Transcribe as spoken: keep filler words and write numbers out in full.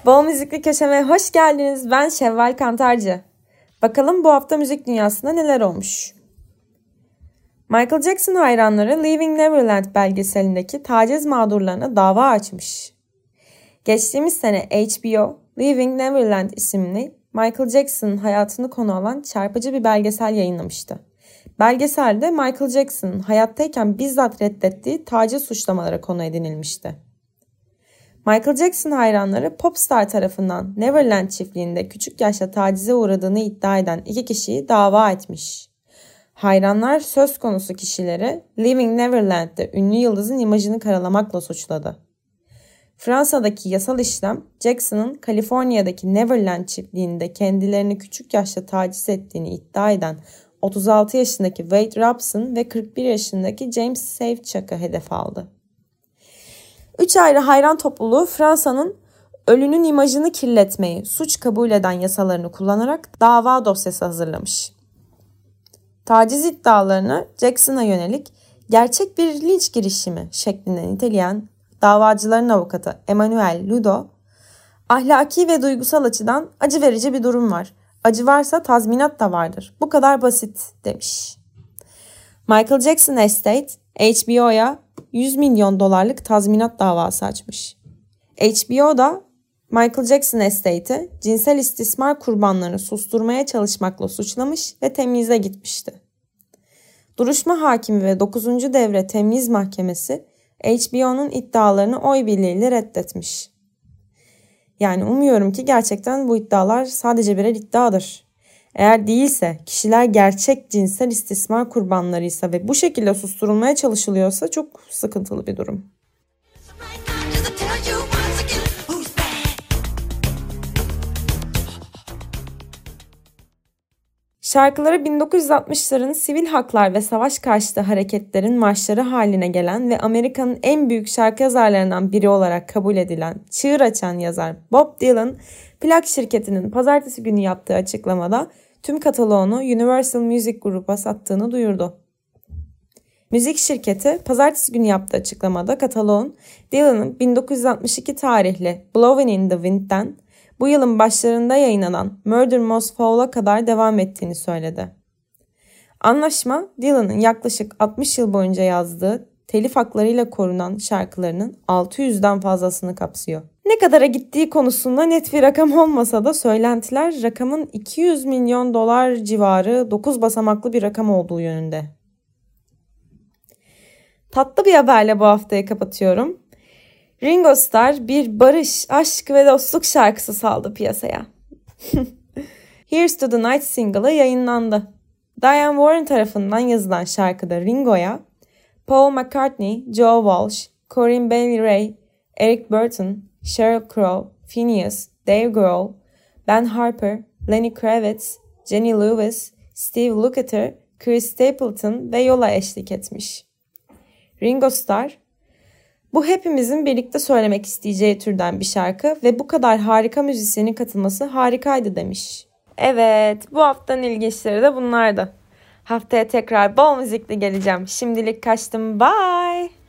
Bol Müzikli Köşeme hoş geldiniz. Ben Şevval Kantarcı. Bakalım bu hafta müzik dünyasında neler olmuş? Michael Jackson hayranları Leaving Neverland belgeselindeki taciz mağdurlarına dava açmış. Geçtiğimiz sene H B O, Leaving Neverland isimli Michael Jackson'ın hayatını konu alan çarpıcı bir belgesel yayınlamıştı. Belgeselde Michael Jackson'ın hayattayken bizzat reddettiği taciz suçlamaları konu edinilmişti. Michael Jackson hayranları Popstar tarafından Neverland çiftliğinde küçük yaşta tacize uğradığını iddia eden iki kişiyi dava etmiş. Hayranlar söz konusu kişileri Leaving Neverland'de ünlü yıldızın imajını karalamakla suçladı. Fransa'daki yasal işlem, Jackson'ın Kaliforniya'daki Neverland çiftliğinde kendilerini küçük yaşta taciz ettiğini iddia eden otuz altı yaşındaki Wade Robson ve kırk bir yaşındaki James Safechuck'ı hedef aldı. Üç ayrı hayran topluluğu Fransa'nın ölünün imajını kirletmeyi suç kabul eden yasalarını kullanarak dava dosyası hazırlamış. Taciz iddialarını Jackson'a yönelik gerçek bir linç girişimi şeklinde niteleyen davacıların avukatı Emmanuel Ludo, ahlaki ve duygusal açıdan acı verici bir durum var. Acı varsa tazminat da vardır. Bu kadar basit demiş. Michael Jackson Estate, H B O'ya yüz milyon dolarlık tazminat davası açmış. H B O da Michael Jackson Estate'i cinsel istismar kurbanlarını susturmaya çalışmakla suçlamış ve temyize gitmişti. Duruşma hakimi ve dokuzuncu Devre Temyiz Mahkemesi H B O'nun iddialarını oy birliğiyle reddetmiş. Yani umuyorum ki gerçekten bu iddialar sadece birer iddiadır. Eğer değilse, kişiler gerçek cinsel istismar kurbanlarıysa ve bu şekilde susturulmaya çalışılıyorsa çok sıkıntılı bir durum. Şarkıları bin dokuz yüz altmışların sivil haklar ve savaş karşıtı hareketlerin marşları haline gelen ve Amerika'nın en büyük şarkı yazarlarından biri olarak kabul edilen çığır açan yazar Bob Dylan, plak şirketinin pazartesi günü yaptığı açıklamada tüm kataloğunu Universal Music Group'a sattığını duyurdu. Müzik şirketi pazartesi günü yaptığı açıklamada kataloğun Dylan'ın bin dokuz yüz altmış iki tarihli Blowin' in the Wind'den bu yılın başlarında yayınlanan Murder Most Foul'a kadar devam ettiğini söyledi. Anlaşma, Dylan'ın yaklaşık altmış yıl boyunca yazdığı telif haklarıyla korunan şarkılarının altı yüzden fazlasını kapsıyor. Ne kadara gittiği konusunda net bir rakam olmasa da söylentiler rakamın iki yüz milyon dolar civarı dokuz basamaklı bir rakam olduğu yönünde. Tatlı bir haberle bu haftayı kapatıyorum. Ringo Starr bir barış, aşk ve dostluk şarkısı saldı piyasaya. Here's to the Night single'ı yayınlandı. Diane Warren tarafından yazılan şarkıda Ringo'ya Paul McCartney, Joe Walsh, Corinne Bailey Rae, Eric Burton, Sheryl Crow, Phineas, Dave Grohl, Ben Harper, Lenny Kravitz, Jenny Lewis, Steve Lukather, Chris Stapleton ve Yola eşlik etmiş. Ringo Starr, bu hepimizin birlikte söylemek isteyeceği türden bir şarkı ve bu kadar harika müzisyenin katılması harikaydı demiş. Evet, bu haftanın ilginçleri de bunlardı. Haftaya tekrar bol müzikle geleceğim. Şimdilik kaçtım. Bye.